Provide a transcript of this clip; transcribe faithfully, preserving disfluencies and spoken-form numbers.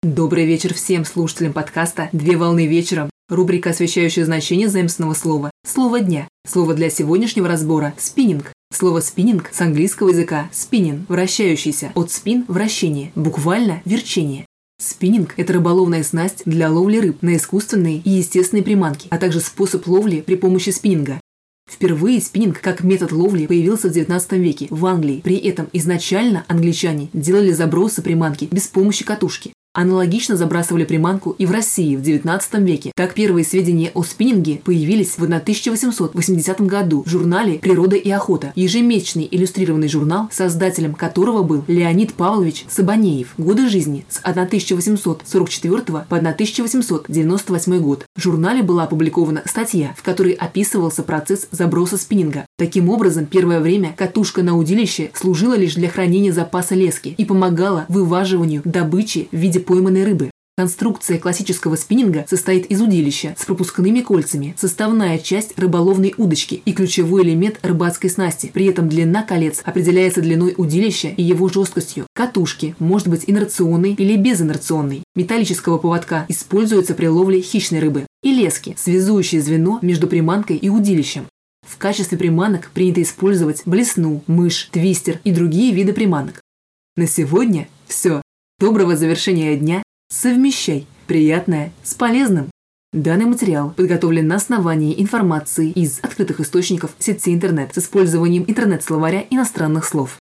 Добрый вечер всем слушателям подкаста «Две волны вечером». Рубрика, освещающая значение заимственного слова «Слово дня». Слово для сегодняшнего разбора – «спиннинг». Слово «спиннинг» с английского языка «спиннин» – вращающийся, от «спин» – вращение, буквально верчение. Спиннинг – это рыболовная снасть для ловли рыб на искусственные и естественные приманки, а также способ ловли при помощи спиннинга. Впервые спиннинг как метод ловли появился в девятнадцатом веке в Англии. При этом изначально англичане делали забросы приманки без помощи катушки. Аналогично забрасывали приманку и в России в девятнадцатом веке. Так первые сведения о спиннинге появились в тысяча восемьсот восьмидесятом году в журнале «Природа и охота», ежемесячный иллюстрированный журнал, создателем которого был Леонид Павлович Сабанеев. Годы жизни с тысяча восемьсот сорок четвёртого по тысяча восемьсот девяносто восьмой год. В журнале была опубликована статья, в которой описывался процесс заброса спиннинга. Таким образом, первое время катушка на удилище служила лишь для хранения запаса лески и помогала вываживанию добычи в виде пойманной рыбы. Конструкция классического спиннинга состоит из удилища с пропускными кольцами, составная часть рыболовной удочки и ключевой элемент рыбацкой снасти. При этом длина колец определяется длиной удилища и его жесткостью. Катушки может быть инерционной или безинерционной. Металлического поводка используется при ловле хищной рыбы. И лески – связующее звено между приманкой и удилищем. В качестве приманок принято использовать блесну, мышь, твистер и другие виды приманок. На сегодня все. Доброго завершения дня. Совмещай приятное с полезным. Данный материал подготовлен на основании информации из открытых источников сети интернет с использованием интернет-словаря иностранных слов.